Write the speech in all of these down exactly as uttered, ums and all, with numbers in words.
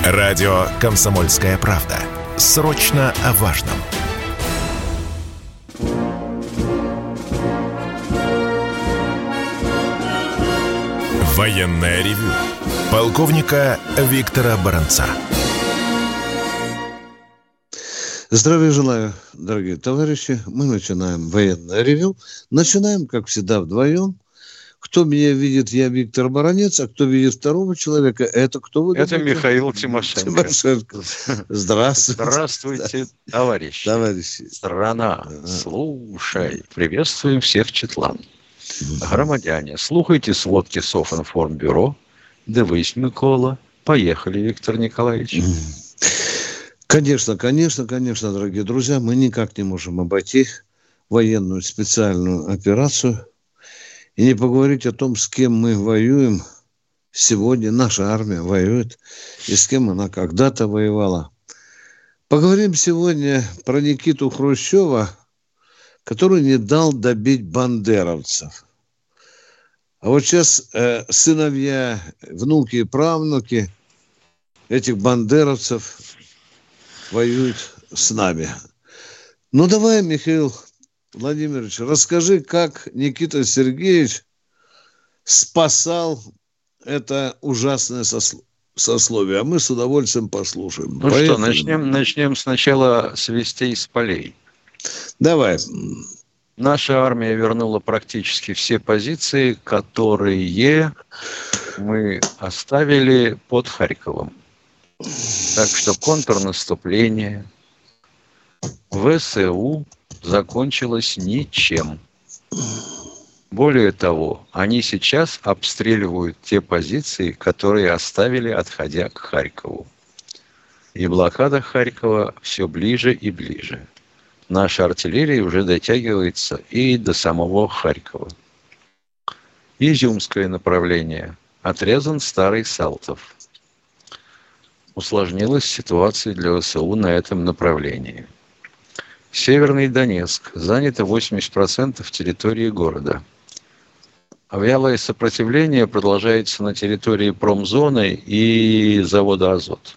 Радио «Комсомольская правда». Срочно о важном. Военное ревю полковника Виктора Баранца. Здравия желаю, дорогие товарищи. Мы начинаем военное ревю. Начинаем, как всегда, вдвоем. Кто меня видит, я Виктор Баранец, а кто видит второго человека, это кто вы Это думаете? Михаил Тимошенко. Тимошенко. Здравствуйте. Здравствуйте, товарищи. Товарищи. Страна, слушай. Приветствуем всех, Четлан. Громадяне, слухайте сводки Софинформбюро. Дивись, Микола. Поехали, Виктор Николаевич. Конечно, конечно, конечно, дорогие друзья, мы никак не можем обойти военную специальную операцию и не поговорить о том, с кем мы воюем сегодня. Наша армия воюет, и с кем она когда-то воевала. Поговорим сегодня про Никиту Хрущева, который не дал добить бандеровцев. А вот сейчас э, сыновья, внуки и правнуки этих бандеровцев воюют с нами. Ну, давай, Михаил Владимирович, расскажи, как Никита Сергеевич спасал это ужасное сословие. сословие, а мы с удовольствием послушаем. Ну Поехали. Что, начнем, начнем сначала с вестей с полей. Давай. Наша армия вернула практически все позиции, которые мы оставили под Харьковом. Так что контрнаступление ВСУ закончилось ничем. Более того, они сейчас обстреливают те позиции, которые оставили, отходя к Харькову. И блокада Харькова все ближе и ближе. Наша артиллерия уже дотягивается и до самого Харькова. Изюмское направление. Отрезан Старый Салтов. Усложнилась ситуация для ВСУ на этом направлении. Северный Донецк. Занято восемьдесят процентов территории города. Вялое сопротивление продолжается на территории промзоны и завода «Азот».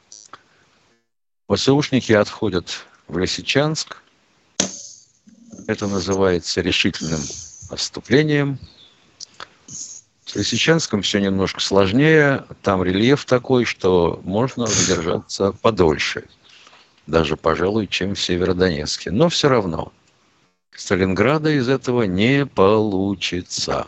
ВСУшники отходят в Лисичанск. Это называется решительным отступлением. С Лисичанском все немножко сложнее. Там рельеф такой, что можно задержаться подольше. Даже, пожалуй, чем в Северодонецке. Но все равно Сталинграда из этого не получится.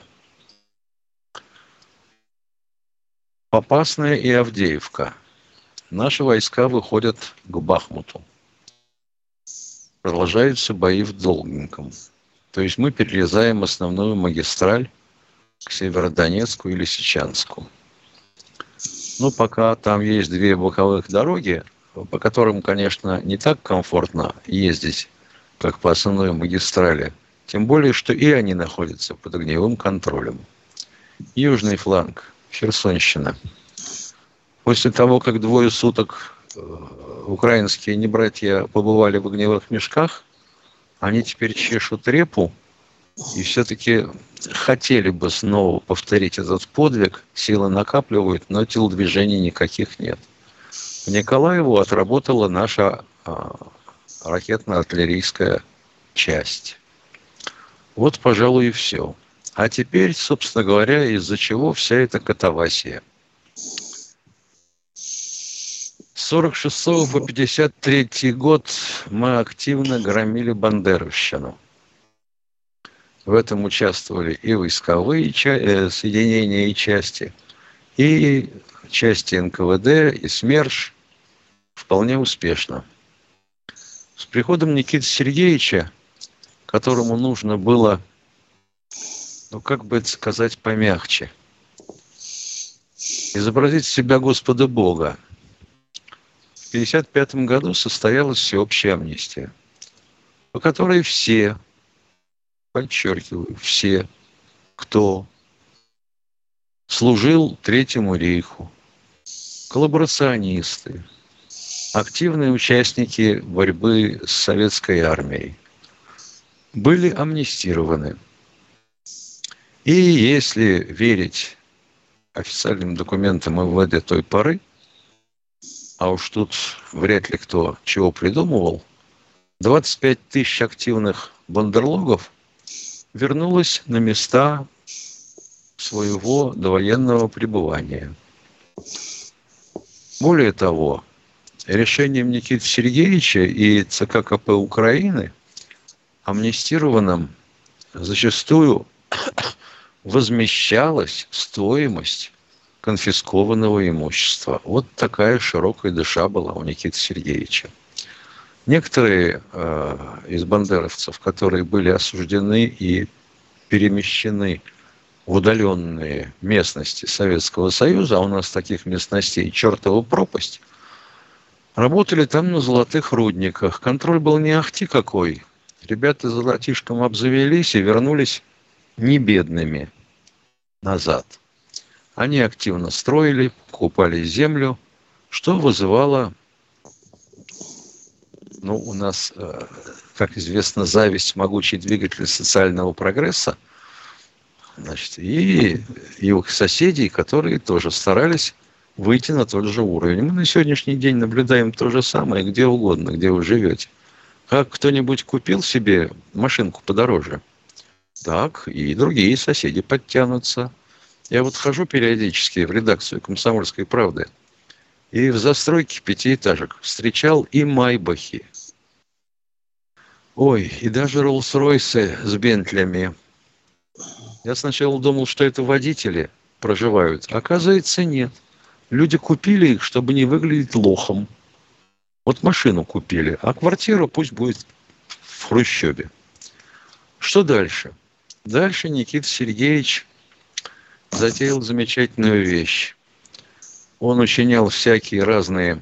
Попасная и Авдеевка. Наши войска выходят к Бахмуту. Продолжаются бои в Долгеньком. То есть мы перерезаем основную магистраль к Северодонецку и Лисичанску. Ну, пока там есть две боковых дороги, по которым, конечно, не так комфортно ездить, как по основной магистрали. Тем более, что и они находятся под огневым контролем. Южный фланг, Херсонщина. После того, как двое суток украинские небратья побывали в огневых мешках, они теперь чешут репу и все-таки хотели бы снова повторить этот подвиг. Силы накапливают, но телодвижений никаких нет. В Николаеву отработала наша а, ракетно-артиллерийская часть. Вот, пожалуй, и все. А теперь, собственно говоря, из-за чего вся эта катавасия. С сорок шестого по пятьдесят третий год мы активно громили бандеровщину. В этом участвовали и войсковые ча- соединения и части, и части эн ка вэ дэ, и СМЕРШ. Вполне успешно. С приходом Никиты Сергеевича, которому нужно было, ну как бы это сказать помягче, изобразить себя Господа Бога, в пятьдесят пятом году состоялась всеобщая амнистия, по которой все, подчеркиваю, все, кто служил Третьему рейху, коллаборационисты, активные участники борьбы с советской армией, были амнистированы. И если верить официальным документам эм вэ дэ той поры, а уж тут вряд ли кто чего придумывал, двадцать пять тысяч активных бандерлогов вернулось на места своего довоенного пребывания. Более того, решением Никиты Сергеевича и ЦК КП Украины амнистированным зачастую возмещалась стоимость конфискованного имущества. Вот такая широкая душа была у Никиты Сергеевича. Некоторые э, из бандеровцев, которые были осуждены и перемещены в удаленные местности Советского Союза, а у нас таких местностей чертова пропасть, работали там на золотых рудниках. Контроль был не ахти какой. Ребята золотишком обзавелись и вернулись не бедными назад. Они активно строили, покупали землю, что вызывало, ну, у нас, как известно, зависть – могучий двигатель социального прогресса. Значит, и их соседей, которые тоже старались выйти на тот же уровень. Мы на сегодняшний день наблюдаем то же самое где угодно, где вы живете. Как кто-нибудь купил себе машинку подороже, так и другие соседи подтянутся. Я вот хожу периодически в редакцию «Комсомольской правды» и в застройке пятиэтажек встречал и майбахи. Ой, и даже Роллс-Ройсы с Бентлями. Я сначала думал, что это водители проживают. Оказывается, нет. Люди купили их, чтобы не выглядеть лохом. Вот машину купили, а квартира пусть будет в хрущебе. Что дальше? Дальше Никита Сергеевич затеял замечательную вещь. Он учинял всякие разные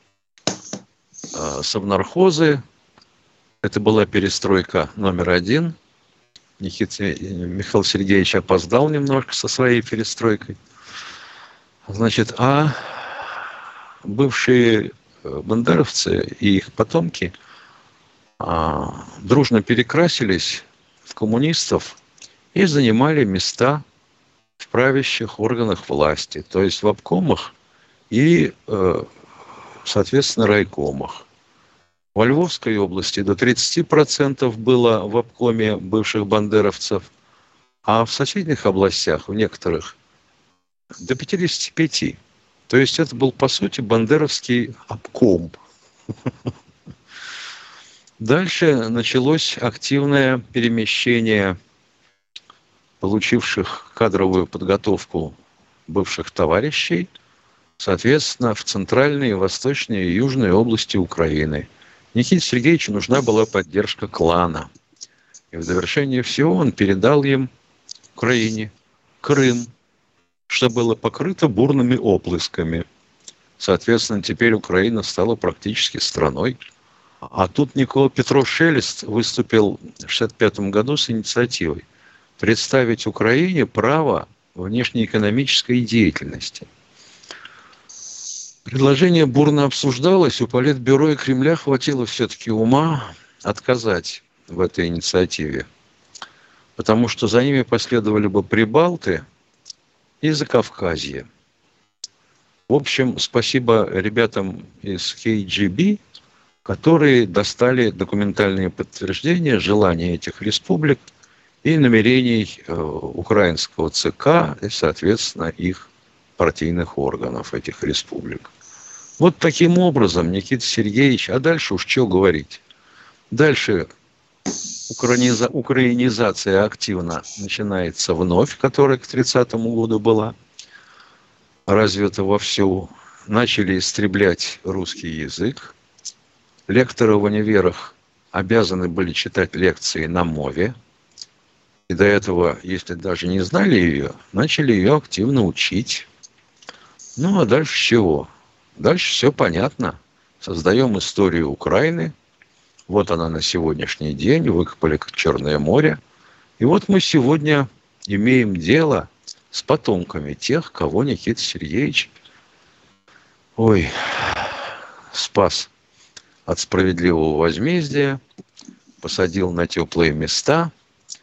э, совнархозы. Это была перестройка номер один. Никита Михаил Сергеевич опоздал немножко со своей перестройкой. Значит, а бывшие бандеровцы и их потомки а, дружно перекрасились в коммунистов и занимали места в правящих органах власти, то есть в обкомах и, э, соответственно, райкомах. Во Львовской области до тридцати процентов было в обкоме бывших бандеровцев, а в соседних областях, в некоторых, до пятидесяти пяти процентов. То есть это был, по сути, бандеровский обком. Дальше началось активное перемещение получивших кадровую подготовку бывших товарищей, соответственно, в центральные, восточные и южные области Украины. Никите Сергеевичу нужна была поддержка клана. И в довершение всего он передал им Украине Крым, что было покрыто бурными оплесками. Соответственно, теперь Украина стала практически страной. А тут Никола Петров Шелест выступил в шестьдесят пятом году с инициативой представить Украине право внешнеэкономической деятельности. Предложение бурно обсуждалось, у Политбюро и Кремля хватило все-таки ума отказать в этой инициативе, потому что за ними последовали бы Прибалты и Закавказье. В общем, спасибо ребятам из кей джи би, которые достали документальные подтверждения желания этих республик и намерений э, украинского ЦК и, соответственно, их партийных органов этих республик. Вот таким образом Никита Сергеевич, а дальше уж что говорить. Дальше украиниза, украинизация активно начинается вновь, которая к тридцатому году была развита вовсю. Начали истреблять русский язык. Лекторы в универах обязаны были читать лекции на мове. И до этого, если даже не знали ее, начали ее активно учить. Ну, а дальше чего? Дальше все понятно. Создаем историю Украины. Вот она на сегодняшний день. Выкопали Черное море. И вот мы сегодня имеем дело с потомками тех, кого Никита Сергеевич ой, спас от справедливого возмездия, посадил на теплые места,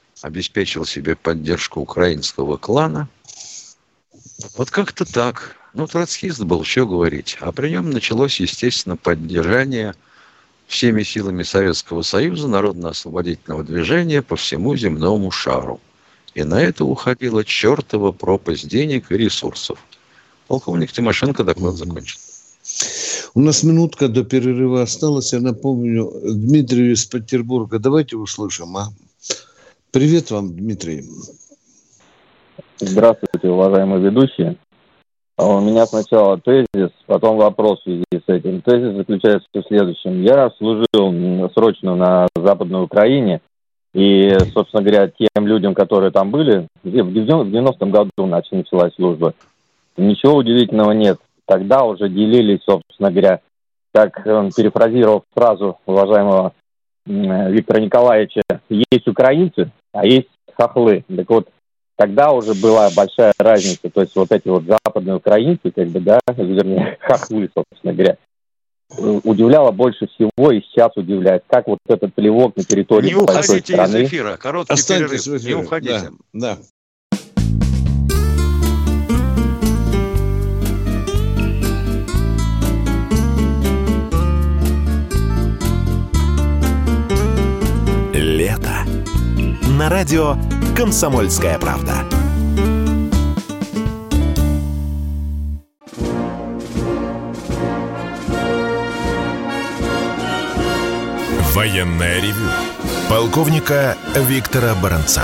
обеспечил себе поддержку украинского клана. Вот как-то так. Ну, троцкист был, что говорить. А при нем началось, естественно, поддержание всеми силами Советского Союза народно-освободительного движения по всему земному шару. И на это уходила чертова пропасть денег и ресурсов. Полковник Тимошенко доклад закончил. У нас минутка до перерыва осталась. Я напомню, Дмитрий из Петербурга. Давайте услышим. А? Привет вам, Дмитрий. Здравствуйте, уважаемые ведущие. У меня сначала тезис, потом вопрос в связи с этим. Тезис заключается в следующем. Я служил срочно на Западной Украине, и, собственно говоря, тем людям, которые там были, в девяностом году началась служба. Ничего удивительного нет. Тогда уже делились, собственно говоря, как он перефразировал фразу уважаемого Виктора Николаевича, есть украинцы, а есть хохлы. Так вот, тогда уже была большая разница. То есть вот эти вот западные украинцы, как бы, да, вернее, хохлы, собственно говоря, удивляло больше всего и сейчас удивляет, как вот этот плевок на территории не большой уходите страны. из эфира, короткий Останьтесь перерыв, в эфире. не уходите. Да, да. Лето. На радио «Комсомольская правда». Военное ревю полковника Виктора Баранца.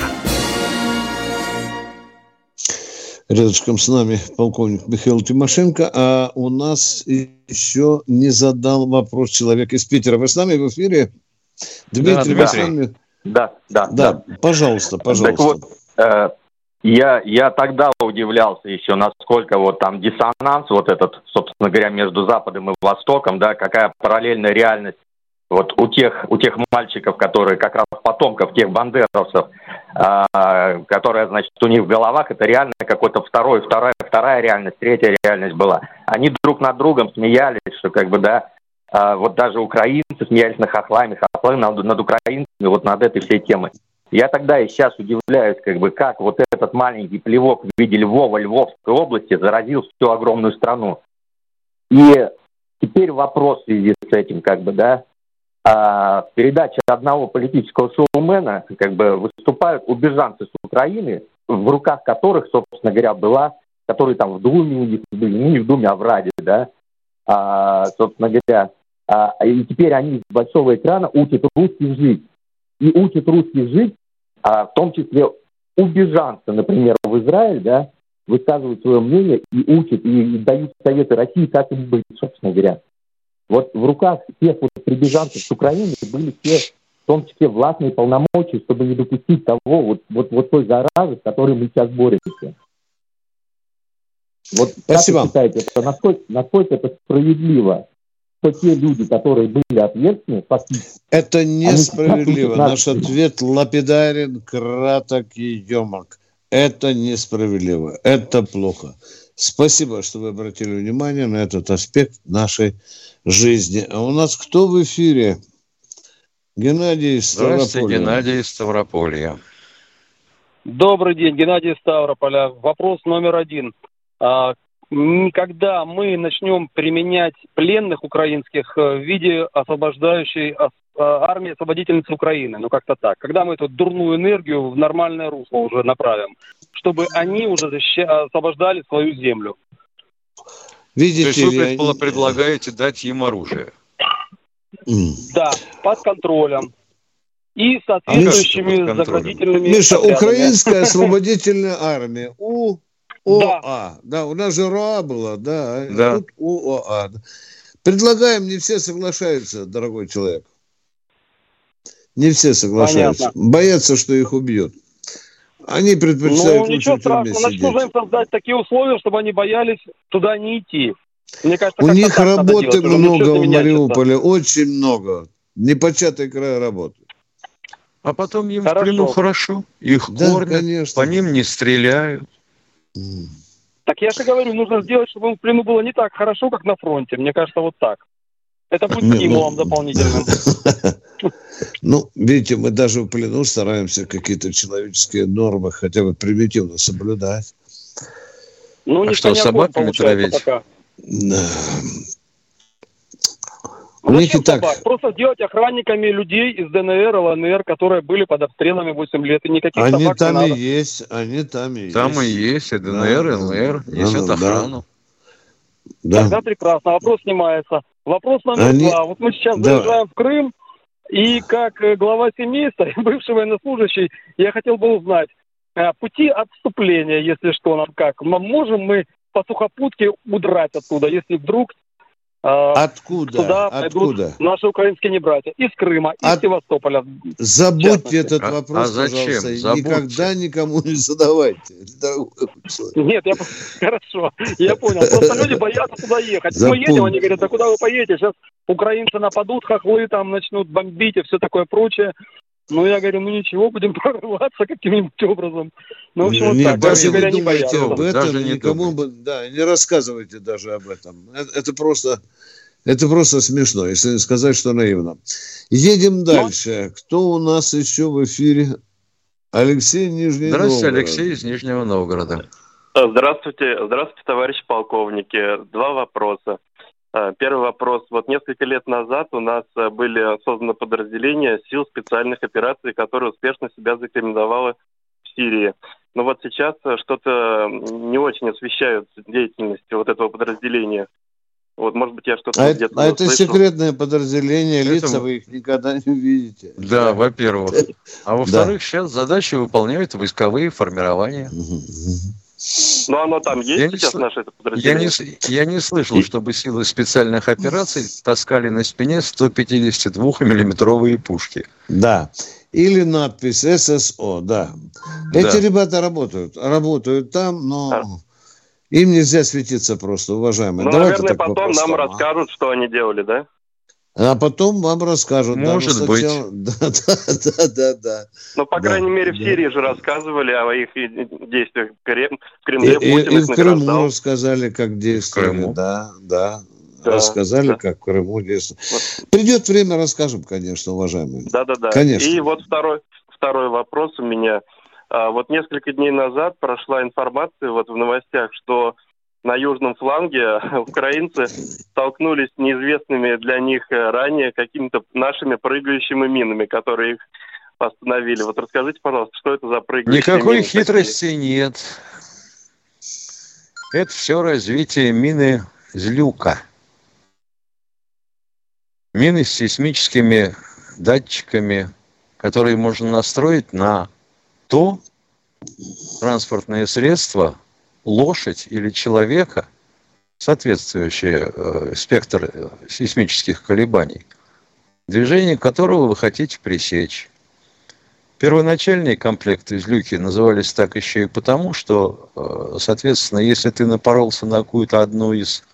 Рядышком с нами полковник Михаил Тимошенко, а у нас еще не задал вопрос человек из Питера. Вы с нами в эфире? Дмитрий, да, вы с нами? Да, да, да. Да, пожалуйста, пожалуйста. Так вот, э, я, я тогда удивлялся еще, насколько вот там диссонанс, вот этот, собственно говоря, между Западом и Востоком, да, какая параллельная реальность вот у тех, у тех мальчиков, которые как раз потомков тех бандеровцев, э, которые, значит, у них в головах, это реально какой-то второй, вторая, вторая реальность, третья реальность была. Они друг над другом смеялись, что как бы, да, э, вот даже украинцы смеялись над хохлами, хохлы над, над украинцами, вот над этой всей темой. Я тогда и сейчас удивляюсь, как бы, как вот этот маленький плевок в виде Львова, Львовской области заразил всю огромную страну. И теперь вопрос в связи с этим, как бы, да, а, передача одного политического шоумена, как бы, выступают убежанцы с Украины, в руках которых, собственно говоря, была, которые там в Думе у них были, ну не в Думе, а в Раде, да, а, собственно говоря, а, и теперь они с большого экрана учат русских жить. И учат русских жить, а, в том числе убежанцы, например, в Израиль, да, высказывают свое мнение и учат, и, и дают советы России, как им быть, собственно говоря. Вот в руках тех вот прибежанцев с Украины были все, в том числе, властные полномочия, чтобы не допустить того, вот, вот, вот той заразы, с которой мы сейчас боремся. Вот Спасибо. Как вы считаете, это, насколько, насколько это справедливо? Что те люди, которые были ответственны, фактически... Это несправедливо. Они... Наш ответ лапидарен, краток и емок. Это несправедливо. Это плохо. Спасибо, что вы обратили внимание на этот аспект нашей жизни. А у нас кто в эфире? Геннадий из Ставрополья. Здравствуйте, Геннадий из Ставрополья. Добрый день, Геннадий из Ставрополя. Вопрос номер один. Когда мы начнем применять пленных украинских в виде освобождающей армии освободительницы Украины, ну как-то так, когда мы эту дурную энергию в нормальное русло уже направим, чтобы они уже защища... освобождали свою землю. Видите, То есть вы ли, они... предлагаете дать им оружие? Да, под контролем. И соответствующими а заградительными... Миша, отрядами. Украинская освободительная армия. У ОА. Да. Да, у нас же РОА была, да. Да. Тут УОА. Предлагаем, не все соглашаются, дорогой человек. Не все соглашаются. Понятно. Боятся, что их убьют. Они предпочитают Ну, ничего лучше в тюрьме страшного. Значит, нужно им сидеть. создать такие условия, чтобы они боялись туда не идти. Мне кажется, У как-то них так надо работы делать, уже много ничего не в меняется. Мариуполе, очень много. Непочатый край работы. А потом им Хорошо. в плену хорошо. Их Да, кормят, конечно. по ним не стреляют. Так я же говорю, нужно сделать, чтобы им в плену было не так хорошо, как на фронте. Мне кажется, вот так. Это будет Не, стимулом ну... дополнительным. Ну, видите, мы даже в плену стараемся какие-то человеческие нормы хотя бы примитивно соблюдать. Ну, а что, с собаками травить? Пока. Да. Зачем Них так... собак? Просто сделать охранниками людей из ДНР, ЛНР, которые были под обстрелами восемь лет. И никаких они собак там не надо. и есть, они там и там есть. и есть, и ДНР, да, ЛНР, да, несет да, охрану. Да. Тогда прекрасно, вопрос снимается. Вопрос номер они... два. Вот мы сейчас да. заезжаем в Крым, и как глава семейства, бывший военнослужащий, я хотел бы узнать, пути отступления, если что, нам как? Можем мы по сухопутке удрать оттуда, если вдруг Откуда? Туда Откуда? пойдут наши украинские небратья. Из Крыма, из От... Севастополя. Забудьте этот вопрос, а, а зачем? пожалуйста. Забудьте. Никогда никому не задавайте. Нет, я... хорошо, я понял. Просто люди боятся туда ехать. Мы едем, они говорят, да куда вы поедете? Сейчас украинцы нападут, хохлы там начнут бомбить и все такое прочее. Ну, я говорю, ну ничего, будем прорываться каким-нибудь образом. Ну, в общем, вот Нет, так. даже говоря, не думайте боятся. об этом, даже не никому бы, да, не рассказывайте даже об этом. Это, это просто, это просто смешно, если не сказать, что наивно. Едем дальше. Но... Кто у нас еще в эфире? Алексей, Нижний Новгород. Здравствуйте, Алексей из Нижнего Новгорода. Здравствуйте, здравствуйте, товарищ полковники. Два вопроса. Первый вопрос. Вот несколько лет назад у нас были созданы подразделения сил специальных операций, которые успешно себя зарекомендовали в Сирии. Но вот сейчас что-то не очень освещают деятельность вот этого подразделения. Вот, может быть, я что-то а где-то А это слышал. Секретное подразделение, это... лица вы их никогда не увидите. Да, да. Во-первых. А во-вторых, да. Сейчас задачи выполняют войсковые формирования. Ну, оно там есть я сейчас, не, наше это подразделение? Я не, я не слышал, чтобы силы специальных операций таскали на спине сто пятьдесят два миллиметровые пушки. Да. Или надпись эс эс о, да. Эти да. ребята работают. Работают там, но а. им нельзя светиться просто, уважаемые. Ну, Давайте наверное, потом по-простому. нам расскажут, что они делали, да? А потом вам расскажут. Может да, быть. Сначала... Да, да, да, да, да. Но, по да, крайней мере, в да. Сирии же рассказывали о их действиях в Кремле. И, и, и в Крыму рассказали, как действовали. Да, да. Да, рассказали, да. как в Крыму действовали. Вот. Придет время, расскажем, конечно, уважаемые. Да, да, да. Конечно. И вот второй, второй вопрос у меня. А, вот несколько дней назад прошла информация вот в новостях, что на южном фланге украинцы столкнулись с неизвестными для них ранее какими-то нашими прыгающими минами, которые их остановили. Вот расскажите, пожалуйста, что это за прыгающие Никакой мины? хитрости такие? Нет. Это все развитие мины «Злюка». Мины с сейсмическими датчиками, которые можно настроить на то транспортное средство, лошадь или человека, соответствующий э, спектр э, сейсмических колебаний, движение которого вы хотите пресечь. Первоначальные комплекты из люки назывались так еще и потому, что, э, соответственно, если ты напоролся на какую-то одну из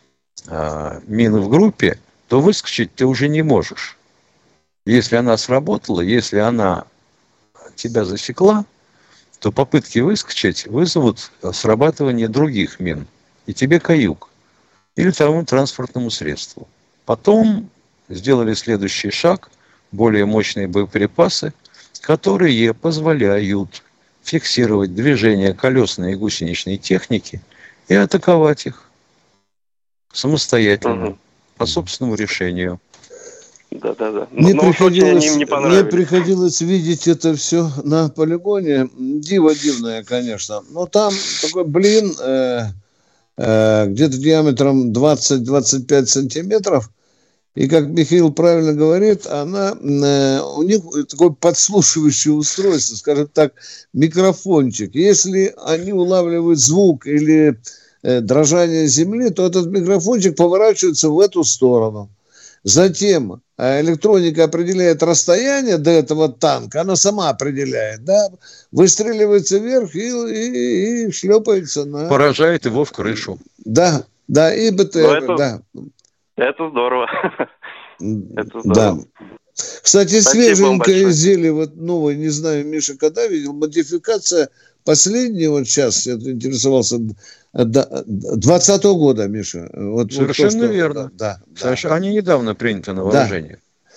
э, мин в группе, то выскочить ты уже не можешь. Если она сработала, если она тебя засекла, то попытки выскочить вызовут срабатывание других мин, и тебе каюк, или тому транспортному средству. Потом сделали следующий шаг, более мощные боеприпасы, которые позволяют фиксировать движение колесной и гусеничной техники и атаковать их самостоятельно, по собственному решению. Да, да, да. Мне приходилось, не мне приходилось видеть это все на полигоне. Диво дивное, конечно. Но там такой блин, э, э, где-то диаметром двадцать-двадцать пять сантиметров. И, как Михаил правильно говорит, она, э, у них такое подслушивающее устройство, скажем так, микрофончик. Если они улавливают звук или э, дрожание земли, то этот микрофончик поворачивается в эту сторону. Затем электроника определяет расстояние до этого танка, она сама определяет, да, выстреливается вверх и, и, и шлепается на... Поражает его в крышу. Да, да, и БТР, это, да. Это здорово. Это здорово. Да. Кстати, Спасибо свеженькое изделие, вот новое, не знаю, Миша, когда видел, модификация последняя, вот сейчас я интересовался, двадцатого года, Миша. Вот, совершенно вот то, что, верно. Да, да, Совершенно, да. Они недавно приняты на вооружение.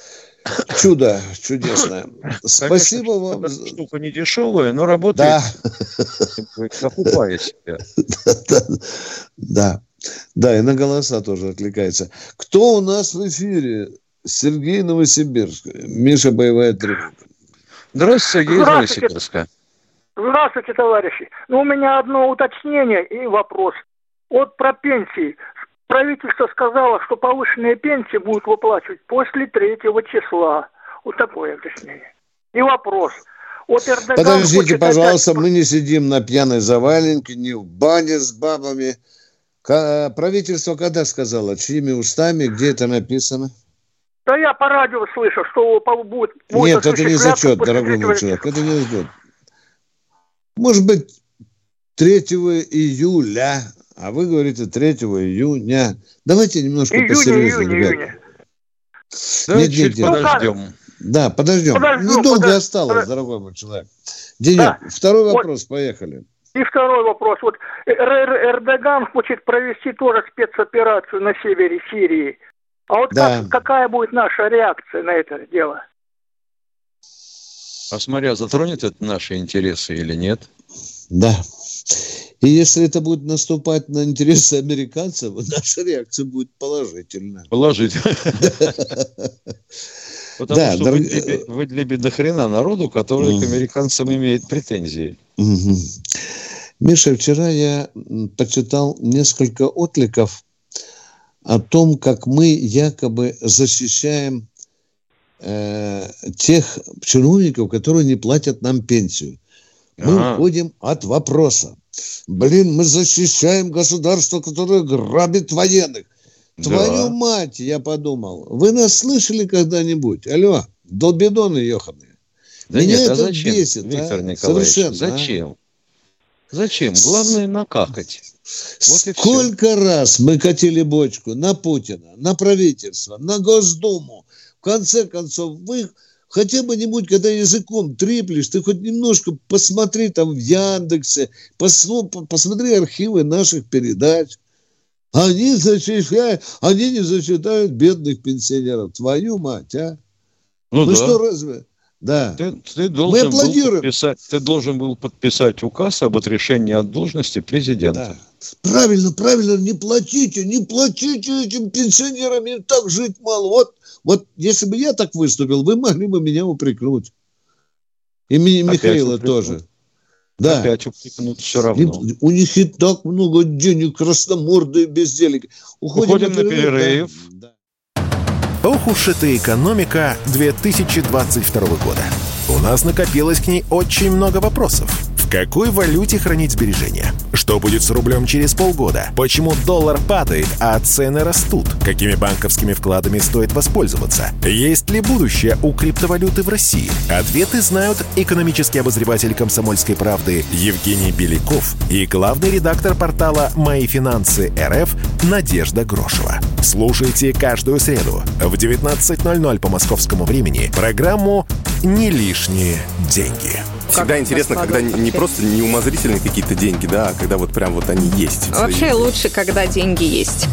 Чудо чудесное. Спасибо вам. Штука не дешевая, но работает. Да. Окупая себя. Да. Да, и на голоса тоже отвлекается. Кто у нас в эфире? Сергей, Новосибирск. Миша, боевая тревога. Здравствуйте, Сергей, Новосибирска. Здравствуйте, товарищи. Ну, у меня одно уточнение и вопрос. Вот про пенсии. Правительство сказало, что повышенные пенсии будут выплачивать после третьего числа. Вот такое уточнение. И вопрос. Вот Эрдоган Подождите, пожалуйста, опять... мы не сидим на пьяной заваленке, не в бане с бабами. Правительство когда сказало? Чьими устами? Где это написано? Да я по радио слышу, что будет... будет Нет, это не зачет, дорогой мой человек. Это не зачет. Может быть, третьего июля, а вы говорите третьего июня. Давайте немножко июня, посерьезнее, июня, ребята. июня. Да, нет, чуть нет, подождем. Да, подождем. Подожду, Недолго подож... осталось, подож... дорогой мой человек. Денек, да. Второй вот. вопрос, поехали. И второй вопрос. Вот Эрдоган хочет провести тоже спецоперацию на севере Сирии. А вот да. как, какая будет наша реакция на это дело? А смотря, затронет это наши интересы или нет? Да. И если это будет наступать на интересы американцев, наша реакция будет положительная. Положительная. Потому да, что дорог... вы для бедохрена народу, который mm. к американцам имеет претензии. Mm-hmm. Миша, вчера я почитал несколько отликов о том, как мы якобы защищаем э, тех чиновников, которые не платят нам пенсию. Мы ага. уходим от вопроса. Блин, мы защищаем государство, которое грабит военных. Да. Твою мать, я подумал. Вы нас слышали когда-нибудь? Алло, долбидоны еханые. Да Меня нет, это а зачем, бесит, Виктор а? Николаевич, Совершенно, зачем? А? Зачем? Главное накакать. Вот сколько раз мы катили бочку на Путина, на правительство, на Госдуму. В конце концов, вы хотя бы нибудь, когда языком треплешь, ты хоть немножко посмотри там в Яндексе, посмотри, посмотри архивы наших передач. Они защищают, они не защищают бедных пенсионеров. Твою мать, а? Ну мы да. что, разве... Да. Ты, ты, должен был подписать, ты должен был подписать указ об отрешении от должности президента. Да. Правильно, правильно, не платите, не платите этим пенсионерам, им так жить мало. Вот, вот если бы я так выступил, вы могли бы меня упрекнуть. И Михаила тоже. Да. Опять упрекнут все равно. И, у них и так много денег, красномордые бездельники. Уходим, Уходим на перерыв. На перерыв. Да. Ох уж эта экономика две тысячи двадцать второго года. У нас накопилось к ней очень много вопросов. В какой валюте хранить сбережения? Что будет с рублем через полгода? Почему доллар падает, а цены растут? Какими банковскими вкладами стоит воспользоваться? Есть ли будущее у криптовалюты в России? Ответы знают экономический обозреватель «Комсомольской правды» Евгений Беляков и главный редактор портала «Мои финансы РФ» Надежда Грошева. Слушайте каждую среду в девятнадцать ноль ноль по московскому времени программу «Не лишние деньги». Всегда интересно, когда не просто неумозрительные какие-то деньги, да, а когда вот прям вот они есть. Вообще свои... лучше, когда деньги есть.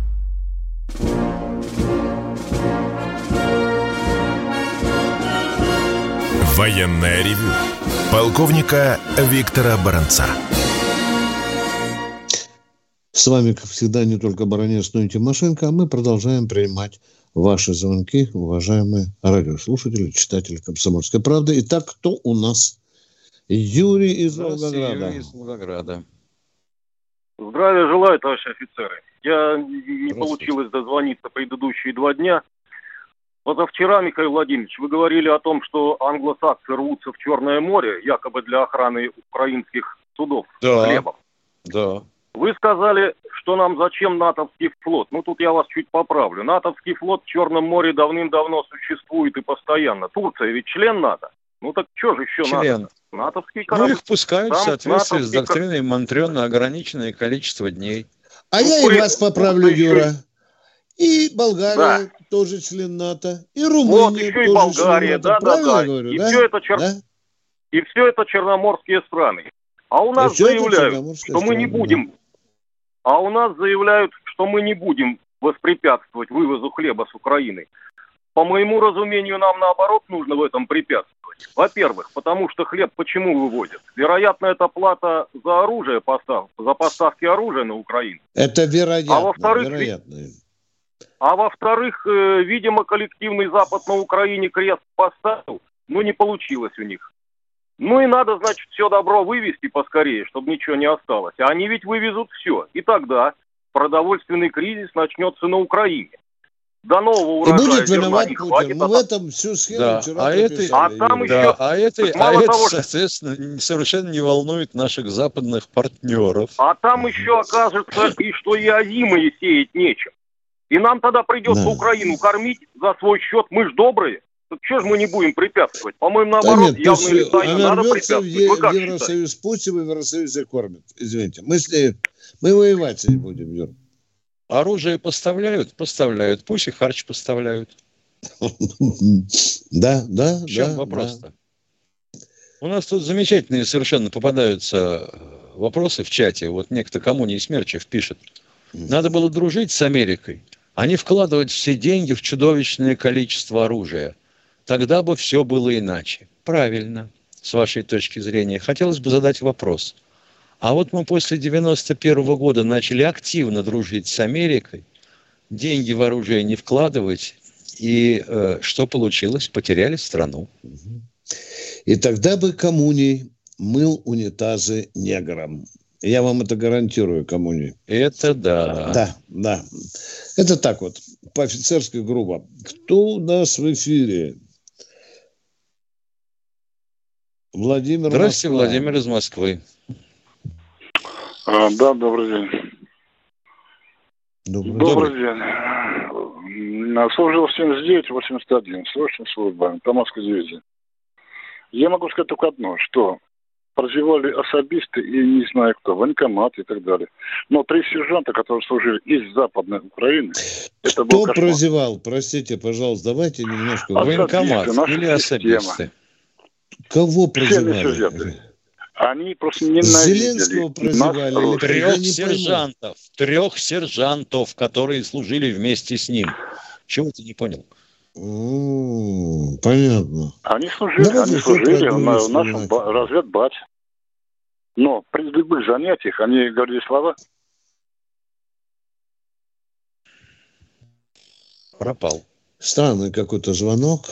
Военное ревю полковника Виктора Баранца. С вами, как всегда, не только Баранец, но и Тимошенко, а мы продолжаем принимать ваши звонки, уважаемые радиослушатели, читатели «Комсомольской правды». Итак, кто у нас? Юрий из Волгограда. Юрий из Волгограда. Здравия желаю, товарищи офицеры. Я не получилось дозвониться предыдущие два дня. Позавчера, Михаил Владимирович, вы говорили о том, что англосаксы рвутся в Черное море, якобы для охраны украинских судов да. с хлебом. Да. Вы сказали, что нам зачем натовский флот. Ну, тут я вас чуть поправлю. натовский флот в Черном море давным-давно существует и постоянно. Турция ведь член НАТО. Ну, так что же еще член. НАТО? натовский корабль. Ну, их пускают Там в соответствии с натовский... доктриной Монтрео на ограниченное количество дней. А ну, я и вас поправлю, Юра. И Болгария да. тоже член НАТО. И Румыния вот, еще тоже и Болгария, член НАТО. Да, Правильно да, говорю, и да? Все это чер... да? И все это черноморские страны. А у нас заявляют, что мы не будем... Да. А у нас заявляют, что мы не будем воспрепятствовать вывозу хлеба с Украины. по моему разумению, нам наоборот нужно в этом препятствовать. Во-первых, потому что хлеб почему выводят? Вероятно, это плата за оружие, постав, за поставки оружия на Украину. Это вероятно. А во-вторых, вероятно. А во-вторых, э, видимо, коллективный Запад на Украине крест поставил, но не получилось у них. Ну и надо, значит, все добро вывести поскорее, чтобы ничего не осталось. А они ведь вывезут все. И тогда продовольственный кризис начнется на Украине. До нового урожая и будет зерна виноват не Путин. хватит. Мы а в этом всю схему Да, вчера а это, прописали. а там да, еще- а это, так а мало это того, что- соответственно, совершенно не волнует наших западных партнеров. А там еще окажется, и что и озимые сеять нечем. И нам тогда придется Да. Украину кормить за свой счет. Мы ж добрые. Так что же мы не будем препятствовать? По-моему, Да наоборот, нет, пусть явно или тайно она надо рвется в, препятствовать. Е- Вы в как считаете? Евросоюз, пусть его в Евросоюзе кормят. Извините. Мы с ней, мы воевать не будем, Юр. Оружие поставляют? Поставляют. Пусть и харч поставляют. Да, да, В чем да. вопрос-то? У нас тут замечательные совершенно попадаются вопросы в чате. Вот некто Коммуний Смерчев пишет. Надо было дружить с Америкой, а не вкладывать все деньги в чудовищное количество оружия. Тогда бы все было иначе. Правильно, с вашей точки зрения. Хотелось бы задать вопрос. А вот мы после девяносто первого года начали активно дружить с Америкой, деньги в оружие не вкладывать, и э, что получилось? Потеряли страну. И тогда бы Коммуний мыл унитазы неграм. Я вам это гарантирую, Коммуний. Это да. Да, да. Это так вот, по-офицерски грубо. Кто у нас в эфире? Владимир Здравствуйте, Москва. Владимир из Москвы. А, да, добрый день. Добрый, Добрый день. Служил в семьдесят девять восемьдесят один, срочная служба, Тамарская дивизия. Я могу сказать только одно, что прозевали особисты и не знаю кто, военкомат и так далее. Но три сержанта, которые служили из Западной Украины, это был Кто кошмар. прозевал? Простите, пожалуйста, давайте немножко... А Военкомат наша или система. особисты? Кого Все прозевали? сюжеты. Они просто ненавидели. Зеленского прозевали нас, или русских. Трех Я не пойму. сержантов. Трех сержантов, которые служили вместе с ним. Чего ты не понял? М, Понятно. Они служили, Давайте они всё служили про на, одну в нашем вспоминать. ба- разведбате. Но при любых занятиях они говорили слова. Пропал. Странный какой-то звонок.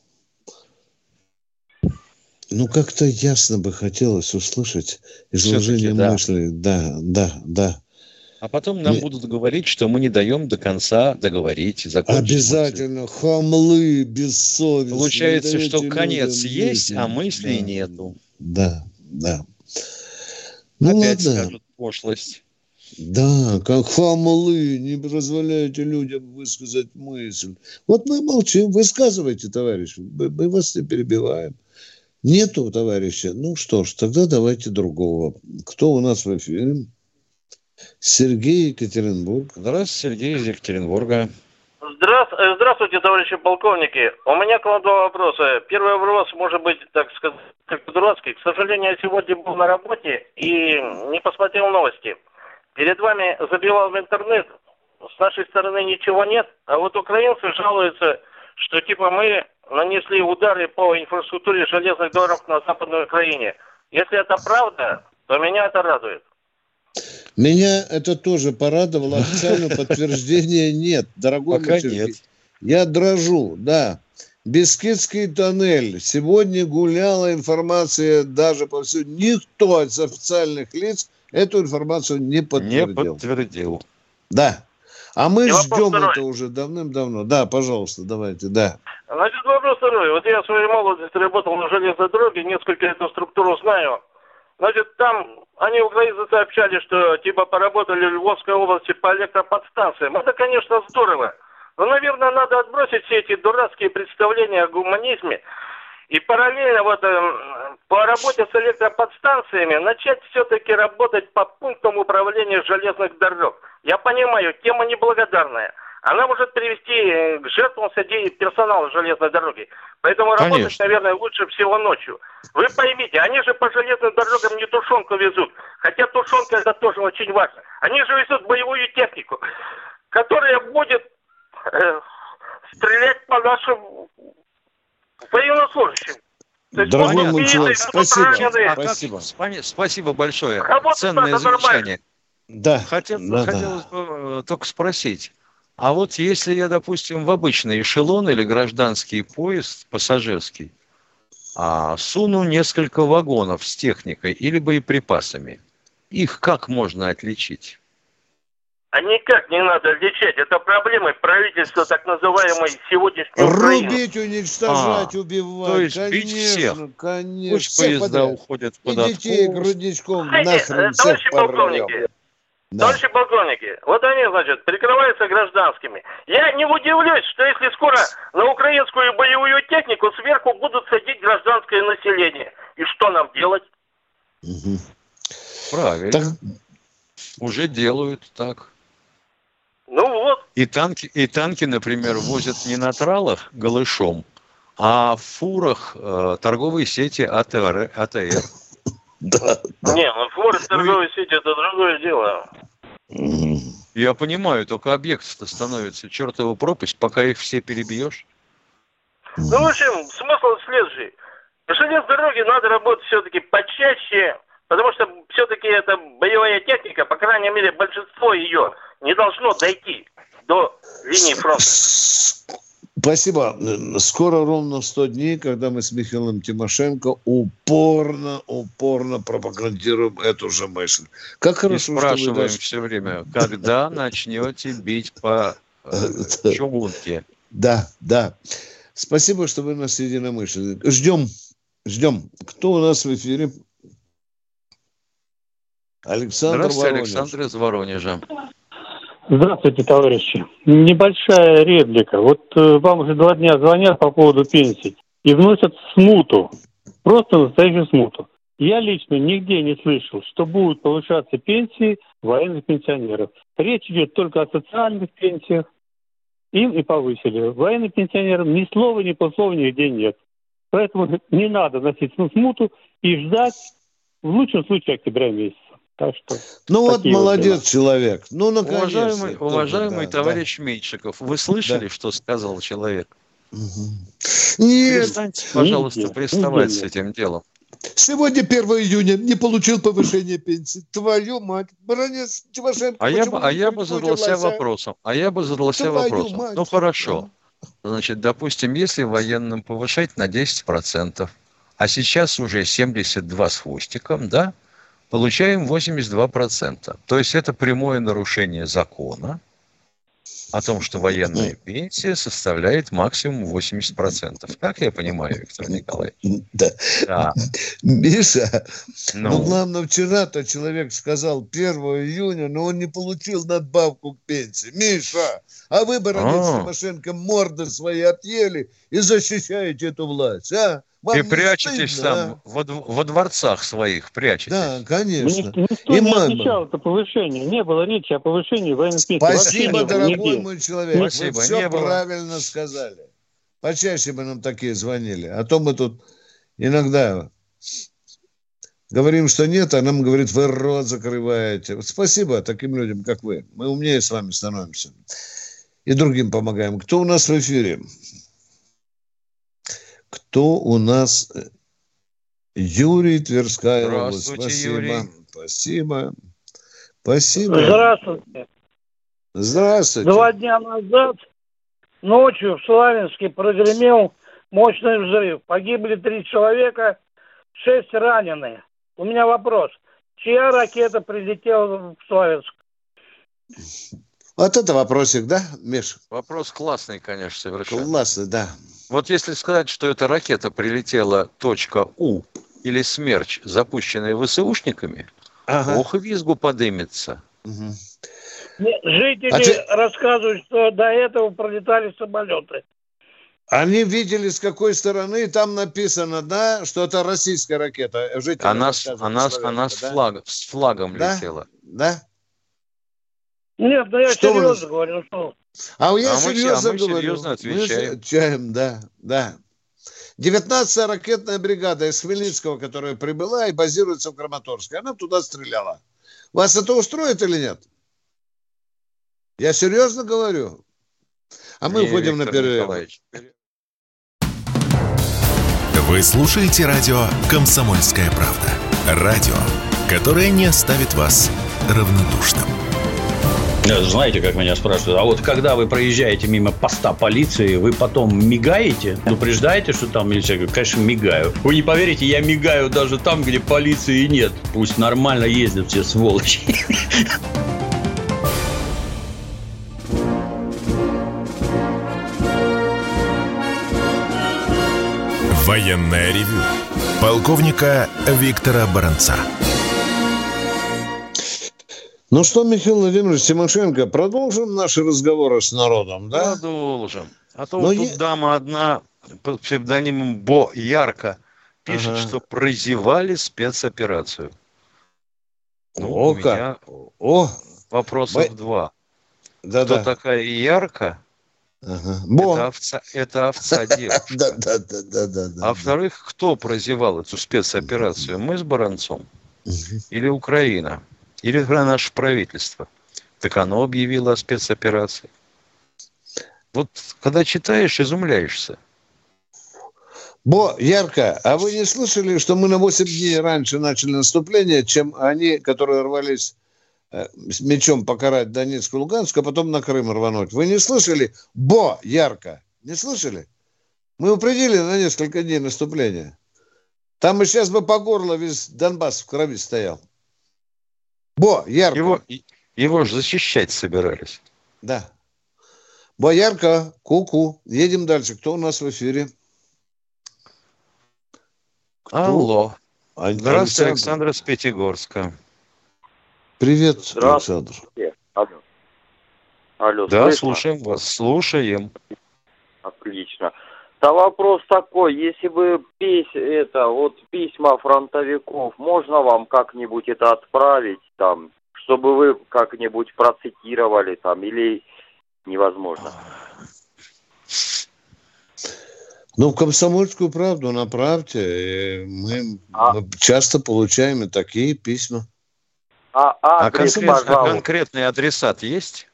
Ну, как-то ясно бы хотелось услышать изложение Всё-таки да. мыслей. Да, да, да. А потом нам Не- будут говорить, что мы не даем до конца договорить и закончить. Обязательно. Хамлы, бессовестные. Получается, Не что даете конец людям есть, мысли. а мыслей Да. нету. Да, да. Ну, Опять ладно. скажут пошлость. Да, как хамлы, не позволяете людям высказать мысль. Вот мы молчим. Высказывайте, товарищ. Мы, мы вас не перебиваем. Нету, товарища. Ну что ж, тогда давайте другого. Кто у нас в эфире? Сергей, Екатеринбург. Здравствуйте, Сергей из Екатеринбурга. Здравствуйте, здравствуйте, товарищи полковники. У меня к вам два вопроса. Первый вопрос, может быть, так сказать, как-то дурацкий. К сожалению, я сегодня был на работе и не посмотрел новости. Перед вами забивал в интернет. С нашей стороны ничего нет. А вот украинцы жалуются, что типа мы нанесли удары по инфраструктуре железных дорог на Западной Украине. Если это правда, то меня это радует. Меня это тоже порадовало. Официального подтверждения нет. Дорогой Пока мой Сергей. нет. Я дрожу, да. Бескидский тоннель. Сегодня гуляла информация даже повсюду. Никто из официальных лиц эту информацию не Не подтвердил. подтвердил. Да. А мы И вопрос ждем второй. это уже давным-давно. Да, пожалуйста, давайте, да. Значит, вопрос второй. Вот я в своей молодости работал на железной дороге, несколько эту структуру знаю. Значит, там они, украинцы, сообщали, что типа поработали в Львовской области по электроподстанциям. Это, конечно, здорово. Но, наверное, надо отбросить все эти дурацкие представления о гуманизме и параллельно вот э, по работе с электроподстанциями начать все-таки работать по пунктам управления железных дорог. Я понимаю, тема неблагодарная. Она может привести к жертвам среди персонала железной дороги. Поэтому работать, Конечно. наверное, лучше всего ночью. Вы поймите, они же по железным дорогам не тушенку везут. Хотя тушенка это тоже очень важно. Они же везут боевую технику, которая будет э, стрелять по нашим военнослужащим. Дорогой мой человек, спасибо. Спасибо. Спасибо. Спасибо большое. Работать Ценное надо замечание. нормально. Да. Хотел, да, хотелось да. бы только спросить. А вот если я, допустим, в обычный эшелон или гражданский поезд, пассажирский, а, суну несколько вагонов с техникой или боеприпасами, их как можно отличить? А никак не надо отличать. Это проблема правительства так называемой сегодняшней Украины. Рубить, уничтожать, А, убивать. то есть конечно, бить всех. Конечно. Пусть всех поезда подряд. уходят И под детей откос. грудничком Знаете, нахрен э, всех товарищи порвем. полковники, Да. товарищи полковники, вот они, значит, прикрываются гражданскими. Я не удивлюсь, что если скоро на украинскую боевую технику сверху будут садить гражданское население. И что нам делать? Угу. Правильно. Так... Уже делают так. Ну вот. И танки, и танки, например, возят не на тралах голышом, а в фурах э, торговой сети АТР. АТР. Да, да. Не, ну форы в торговой сети это другое дело. Я понимаю, только объект-то становится чертова пропасть, пока их все перебьешь. Ну, в общем, смысл следующий. На железной дороге надо работать все-таки почаще, потому что все-таки это боевая техника, по крайней мере, большинство ее не должно дойти до линии фронта. Спасибо. Скоро ровно сто дней, когда мы с Михаилом Тимошенко упорно, упорно пропагандируем эту же мысль. Как хорошо, и спрашиваем что вы даже... все время, когда начнете бить по э, чугунке? Да, да. Спасибо, что вы у нас единомышленники. Ждем, ждем. Кто у нас в эфире? Александр Здравствуйте, Воронеж. Александр из Воронежа. Здравствуйте, товарищи. Небольшая реплика. Вот э, вам уже два дня звонят по поводу пенсий и вносят смуту. Просто настоящую смуту. Я лично нигде не слышал, что будут повышаться пенсии военных пенсионеров. Речь идет только о социальных пенсиях. Им и повысили. Военным пенсионерам ни слова, ни полслова нигде нет. Поэтому не надо носить смуту и ждать, в лучшем случае, октября месяца. Так что, ну вот молодец вот человек. Ну, наконец-то. Уважаемый, уважаемый да, товарищ да. Меньшиков, вы слышали, Да. что сказал человек? Угу. Нет. Перестаньте, пожалуйста, Нигде, приставать нигде с этим делом. Сегодня первого июня не получил повышение пенсии. Твою мать. Бронец Тимошенко. А я бы, а я бы критикуете задался власть, а? вопросом. А я бы задался Твою вопросом. мать. Ну хорошо. Значит, допустим, если военным повышать на десять процентов, а сейчас уже семьдесят два с хвостиком, да, получаем восемьдесят два процента. То есть это прямое нарушение закона о том, что военная пенсия составляет максимум восемьдесят процентов. Как я понимаю, Виктор Николаевич? Да. Да. Миша, ну, Ну, главное, вчера-то человек сказал первого июня, но он не получил надбавку к пенсии. Миша, а вы, Бородец А. Тимошенко, морды свои отъели и защищаете эту власть, а? Вам и не прячетесь стыдно, там, а? во, дв- во дворцах своих прячетесь. Да, конечно. Никто, никто И не мама. отвечал это повышение. Не было речи о повышении военных пенсий. Спасибо, Вообще не было дорогой нигде. мой человек. Спасибо, Вы все не было. правильно сказали. Почаще бы нам такие звонили. А то мы тут иногда говорим, что нет, а нам говорит, вы рот закрываете. Вот спасибо таким людям, как вы. Мы умнее с вами становимся. И другим помогаем. Кто у нас в эфире? Кто у нас? Юрий, Тверская область. Здравствуйте, Спасибо. Юрий. Спасибо. Спасибо. Здравствуйте. Здравствуйте. Два дня назад ночью в Славянске прогремел мощный взрыв. Погибли три человека, шесть ранены. У меня вопрос. Чья ракета прилетела в Славянск? Вот это вопросик, да, Миш? Вопрос классный, конечно, совершенно. Классно, да. Вот если сказать, что эта ракета прилетела точка У или «Смерч», запущенная ВСУшниками, ага. ох и визгу подымется. Угу. Нет, жители А ты... рассказывают, что до этого пролетали самолеты. Они видели, с какой стороны, и там написано, да, что это российская ракета. Жители она с, она, она с, да? флаг, с флагом да? летела. Да? Нет, ну я что серьезно говорю, что... А я а серьезно мы, а мы говорю. серьезно отвечаем. Мы отвечаем, да, да. девятнадцатая ракетная бригада из Хмельницкого, которая прибыла и базируется в Краматорске, она туда стреляла. Вас это устроит или нет? Я серьезно говорю. А мы Не, уходим Виктор на перерыв. Николаевич. Вы слушаете радио «Комсомольская правда». Радио, которое не оставит вас равнодушным. Знаете, как меня спрашивают, а вот когда вы проезжаете мимо поста полиции, вы потом мигаете, предупреждаете, что там есть? Я говорю, конечно, мигаю. Вы не поверите, я мигаю даже там, где полиции нет. Пусть нормально ездят все сволочи. Военное ревю полковника Виктора Баранца. Ну что, Михаил Владимирович Тимошенко, продолжим наши разговоры с народом, да? Продолжим. А то Но вот я- тут дама одна под псевдонимом Бо Ярко пишет, Ага. что прозевали спецоперацию. Ну, О, у как. меня О, вопросов Бо- два. да-да. Кто такая Ярко? Ага. Бо. Это овца, это овца девушка. Да, да, да, да, да, да. А во-вторых, кто прозевал эту спецоперацию? Мы с Баранцом? Или Украина? Или наше правительство? Так оно объявило о спецоперации. Вот когда читаешь, изумляешься. Бо, Ярко, а вы не слышали, что мы на восемь дней раньше начали наступление, чем они, которые рвались э, с мечом покарать Донецк и Луганск, а потом на Крым рвануть? Вы не слышали? Бо, Ярко, не слышали? Мы упредили на несколько дней наступления. Там и сейчас бы по горло весь Донбасс в крови стоял. Бо, Ярко. Его, его же защищать собирались. Да. Бо, Ярко, ку-ку. Едем дальше. Кто у нас в эфире? Кто? Алло. А- Здравствуйте, Александр. Александр из Пятигорска. Привет, Здравствуйте. Александр. Алло. Алло, Да, слышно? слушаем вас. Слушаем. Отлично. Да вопрос такой, если бы пись, это, вот письма фронтовиков, можно вам как-нибудь это отправить, там, чтобы вы как-нибудь процитировали, там, или невозможно? Ну, в «Комсомольскую правду» направьте. э, Мы, А. мы часто получаем и такие письма. А, А, адрес, конкрет- а пожалуйста. конкретный адресат есть?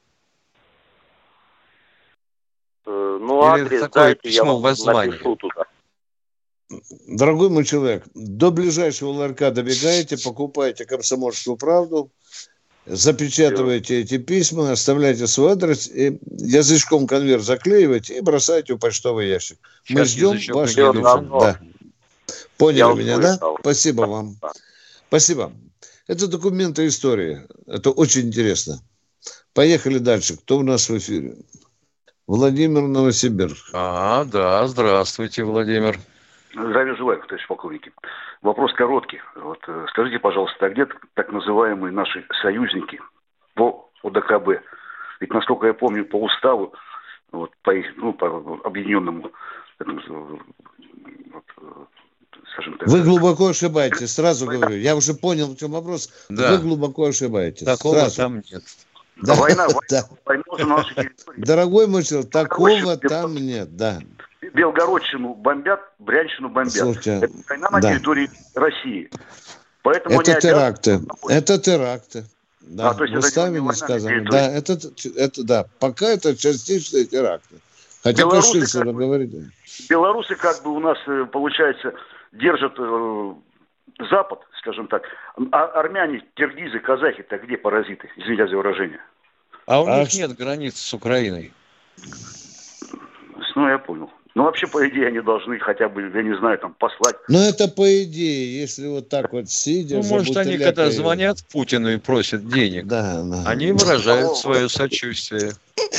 Э, Ну, Или адрес такое дайте, я письмо вам воззвание? напишу туда. Дорогой мой человек, до ближайшего ларька добегаете, покупаете «Комсомольскую правду», запечатываете эти письма, оставляете свой адрес, и язычком конверт заклеиваете и бросаете в почтовый ящик. Мы Сейчас ждем язычок ваш не адрес. нужен. Да. Поняли Я меня, да? услышал. Спасибо вам. Спасибо. Это документы истории. Это очень интересно. Поехали дальше. Кто у нас в эфире? Владимир, Новосибирск. А, да, здравствуйте, Владимир. Здравия желаю, товарищ полковники. Вопрос короткий. Вот, э, скажите, пожалуйста, а где так называемые наши союзники по ОДКБ? Ведь, насколько я помню, по уставу, вот, по их, ну, по объединенному, этому, вот, скажем так... Вы глубоко ошибаетесь, сразу говорю. Я уже понял, в чем вопрос. Да. Вы глубоко ошибаетесь. Такого Сразу. там нет. Да, Война, война, да. война уже на нашей территории. Дорогой мой человек, такого Короче, там нет, да. Белгородчину бомбят, Брянщину бомбят. Слушайте, Это война на да. территории России. Поэтому Это они обязаны- теракты. Это теракты. Да, А, то есть в это уставе не не война на сказано. территории. Да, это, это да. Пока это частичные теракты. Хотя Белорусы Кашинцева как бы- говорит. Белорусы как бы у нас, э, получается, держат э, Запад, скажем так. А армяне, киргизы, казахи-то где паразиты? Извините за выражение. А у А них ш- нет границ с Украиной. Ну, я понял. Ну, вообще, по идее, они должны хотя бы, я не знаю, там, послать. Но это по идее, если вот так вот сидя. Ну, за может, они бутылякой- когда звонят Путину и просят денег, Да, да. они выражают свое сочувствие.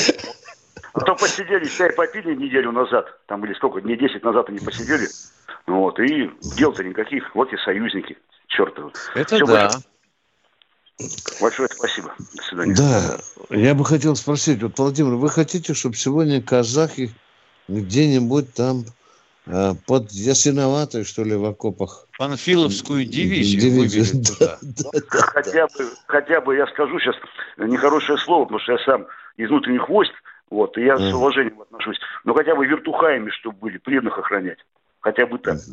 А то посидели, чай попили неделю назад, там, или сколько, дней десять назад они посидели. Вот, и дел-то никаких. Вот и союзники. Чертовы. Это Всё, да. большое- Большое спасибо. До свидания. Да, я бы хотел спросить, вот, Владимир, вы хотите, чтобы сегодня казахи где-нибудь там э, под Ясиноватой, что ли, в окопах? Панфиловскую дивизию Дивизию, вывели туда. Хотя бы, хотя бы, я скажу сейчас нехорошее слово, потому что я сам из внутренних войск, вот, и я с Ага. уважением отношусь. Но хотя бы вертухаями, чтобы были, преданных охранять. Хотя бы так.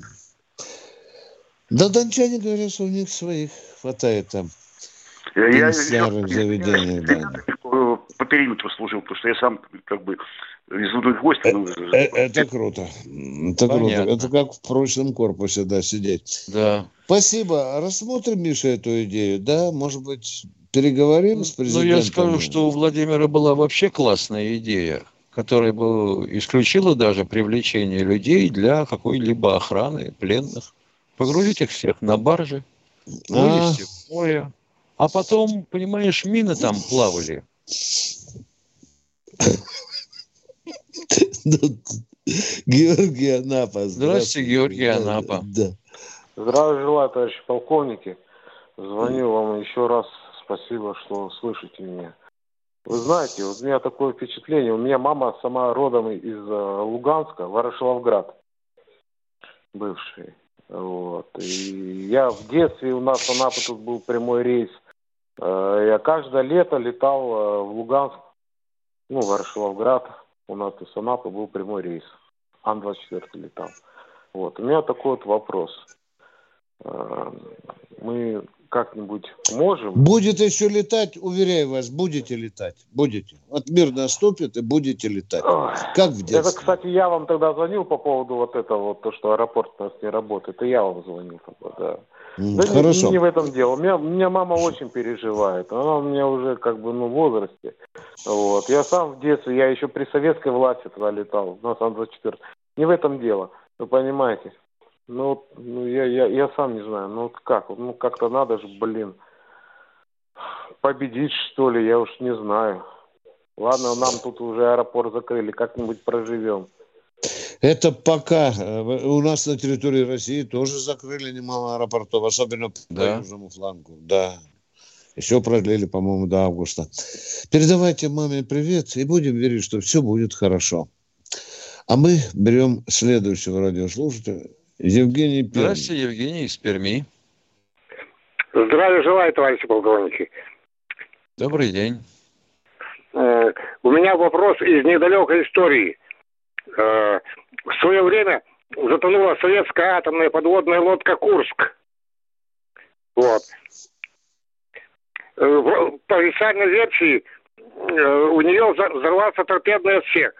Да, дончане говорят, что у них своих хватает там. Я В еще старых заведениях, да. по периметру служил, потому что я сам как бы везут их в гости. Ну, это круто. Это круто. Это как в прочном корпусе, да, сидеть. Да. Спасибо. Рассмотрим, Миша, эту идею, да? Может быть, переговорим с президентом? Ну, я скажу, что у Владимира была вообще классная идея, которая бы исключила даже привлечение людей для какой-либо охраны пленных. Погрузить их всех на баржи, вывести в море. А потом, понимаешь, мины там плавали. Георгий Анапа. Здравствуйте, Георгий Анапа. Да. Здравия желаю, товарищи полковники. Звоню вам еще раз. Спасибо, что слышите меня. Вы знаете, вот у меня такое впечатление. У меня мама сама родом из Луганска, Ворошиловград, бывший. Вот. И я в детстве, у нас в Анапе тут был прямой рейс. Я каждое лето летал в Луганск, ну, Ворошиловград. У нас из Анапы был прямой рейс. Ан двадцать четыре летал. Вот. У меня такой вот вопрос. Мы как-нибудь можем... Будет еще летать, уверяю вас, будете летать. Будете. Вот мир наступит, и будете летать. Ой, как в детстве. Это, кстати, я вам тогда звонил по поводу вот этого, вот, то, что аэропорт у нас не работает. Это я вам звонил. Да, mm, да хорошо. Не, не в этом дело. У меня, у меня мама очень переживает. Она у меня уже как бы ну, в возрасте. Вот. Я сам в детстве, я еще при советской власти туда летал. У нас Ан двадцать четыре. Не в этом дело. Вы понимаете? Ну, ну я, я, я сам не знаю, ну вот как, ну как-то надо же, блин, победить что ли, я уж не знаю. Ладно, нам тут уже аэропорт закрыли, как-нибудь проживем. Это пока. У нас на территории России тоже закрыли немало аэропортов, особенно да. по южному флангу. Да. Еще продлили, по-моему, до августа. Передавайте маме привет и будем верить, что все будет хорошо. А мы берем следующего радиослушателя. Евгений Пермь. Здравствуйте, Евгений из Перми. Здравия желаю, товарищи полковники. Добрый день. Э, у меня вопрос из недалекой истории. Э, в свое время затонула советская атомная подводная лодка «Курск». Вот. Э, по официальной версии э, у нее взорвался торпедный отсек.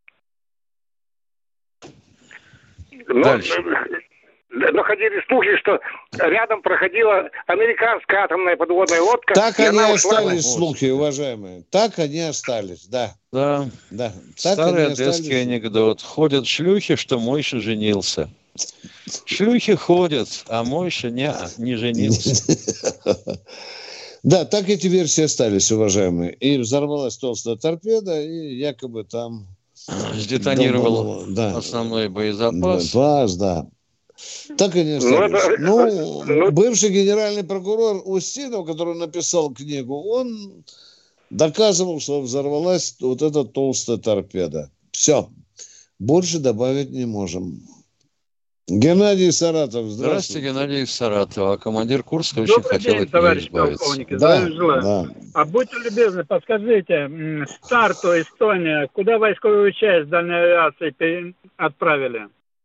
Но, Дальше. но ходили слухи, что рядом проходила американская атомная подводная лодка. Так они и остались, ушла... слухи, уважаемые. Так они остались, да. Да. да. Так Старый одесский анекдот. Ходят шлюхи, что Мойша женился. Шлюхи ходят, а Мойша не, не женился. Да, так эти версии остались, уважаемые. И взорвалась толстая торпеда, и якобы там... Сдетонировал да. основной боезапас. Боезапас, да. Так и не осталось. Ну, это... ну, бывший генеральный прокурор Устинов, который написал книгу, он доказывал, что взорвалась вот эта толстая торпеда. Все. Больше добавить не можем. Геннадий Саратов, здравствуйте. Здравствуйте, Геннадий из Саратова. Командир Курска очень Добрый хотел день, от товарищ нее избавиться. полковник. Да, да. А будьте любезны, подскажите, Старту Эстония, куда войсковую часть дальней авиации отправили?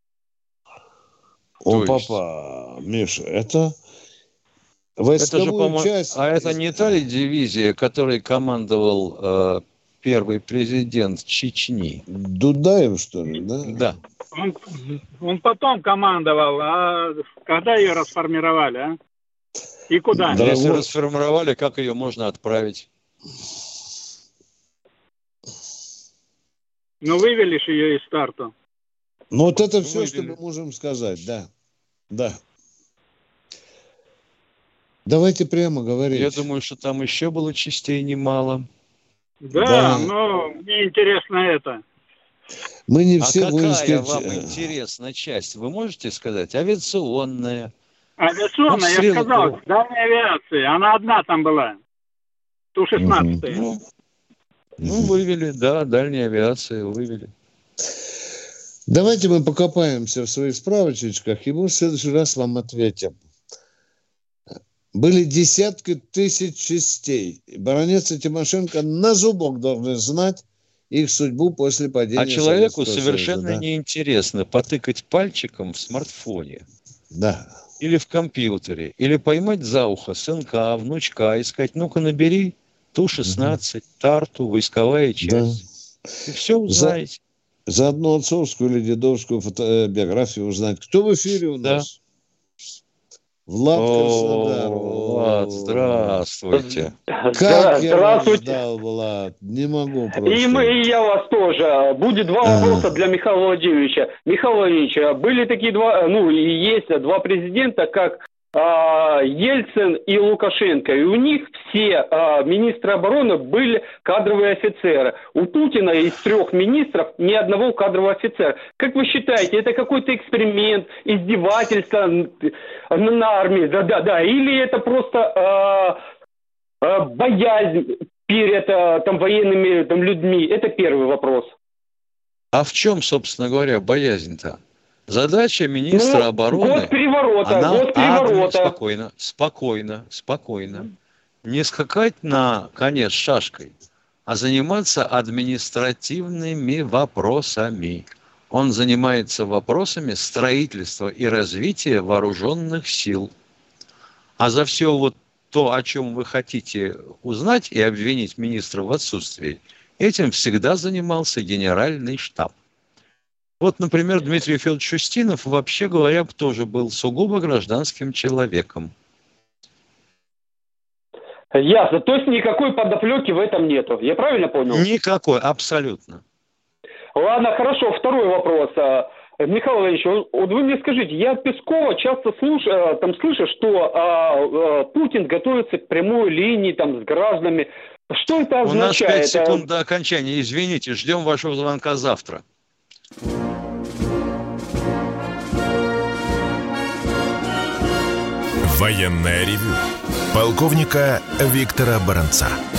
О, папа, Миша, это войсковую это же, часть... А это не та ли дивизия, которой командовал э, первый президент Чечни? Дудаев, что ли, да? Да. Он, он потом командовал, а когда ее расформировали, а? И куда? Да, если расформировали, как ее можно отправить? Ну, вывели же ее из Старту. Ну, вот это все, что мы можем сказать, да. Да. Давайте прямо говорить. Я думаю, что там еще было частей немало. Да, да. Но мне интересно это. Мы не все а будем какая сказать... вам интересна часть? Вы можете сказать? Авиационная. Авиационная, ну, я сказал, дальняя авиация. Она одна там была. Ту шестнадцатая. Ну, ну, вывели, да, дальняя авиация вывели. Давайте мы покопаемся в своих справочничках, и мы в следующий раз вам ответим. Были десятки тысяч частей. Баронец и Тимошенко на зубок должны знать их судьбу после падения. А человеку Советского совершенно Союза, да? неинтересно потыкать пальчиком в смартфоне. Да. Или в компьютере. Или поймать за ухо сынка, внучка и сказать, ну-ка набери Ту шестнадцать, угу. Тарту, войсковая часть. И все узнаете. За, за одну отцовскую или дедовскую фото, биографию узнать. Кто в эфире у нас? Да. Влад Краснодар. Влад, здравствуйте. Как здравствуйте. я вас ждал, Влад. Не могу просто. И, мы, и я вас тоже. Будет два вопроса для Михаила Владимировича. Михаил Владимирович, были такие два, ну и есть два президента, как а, Ельцин и Лукашенко. И у них все а, министры обороны были кадровые офицеры. У Путина из трех министров ни одного кадрового офицера. Как вы считаете, это какой-то эксперимент, издевательство на армии? Да-да-да. Или это просто а, а, боязнь перед а, там, военными там, людьми? Это первый вопрос. А в чем, собственно говоря, боязнь-то? Задача министра ну, обороны... Год переворота, она, год переворота. А, спокойно, спокойно, спокойно. Не скакать на конец шашкой, а заниматься административными вопросами. Он занимается вопросами строительства и развития вооруженных сил. А за все вот то, о чем вы хотите узнать и обвинить министра в отсутствии, этим всегда занимался генеральный штаб. Вот, например, Дмитрий Федорович Устинов, вообще говоря, тоже был сугубо гражданским человеком. Ясно. То есть никакой подоплеки в этом нету. Я правильно понял? Никакой, абсолютно. Ладно, хорошо. Второй вопрос. Михаил Владимирович, вот вы мне скажите, я от Пескова часто слышу, там, слышу, что а, а, Путин готовится к прямой линии там, с гражданами. Что это означает? У нас пять секунд до окончания. Извините, ждем вашего звонка завтра. Военное ревю полковника Виктора Баранца.